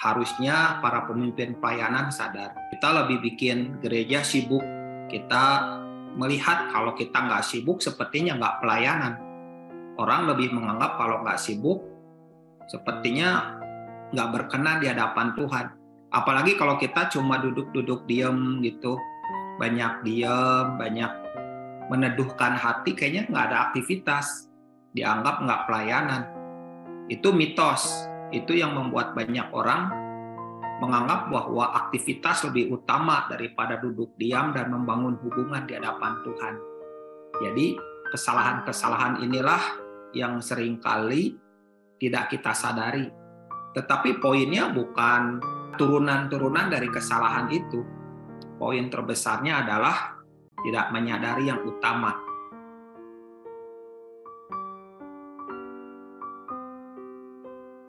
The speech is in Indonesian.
harusnya para pemimpin pelayanan sadar. Kita lebih bikin gereja sibuk. Kita melihat kalau kita nggak sibuk sepertinya nggak pelayanan. Orang lebih menganggap kalau nggak sibuk sepertinya nggak berkenan di hadapan Tuhan. Apalagi kalau kita cuma duduk-duduk diam gitu, banyak diam, banyak meneduhkan hati, kayaknya nggak ada aktivitas, dianggap nggak pelayanan. Itu mitos, itu yang membuat banyak orang menganggap bahwa aktivitas lebih utama daripada duduk diam dan membangun hubungan di hadapan Tuhan. Jadi kesalahan-kesalahan inilah yang seringkali tidak kita sadari. Tetapi poinnya bukan turunan-turunan dari kesalahan itu. Poin terbesarnya adalah tidak menyadari yang utama.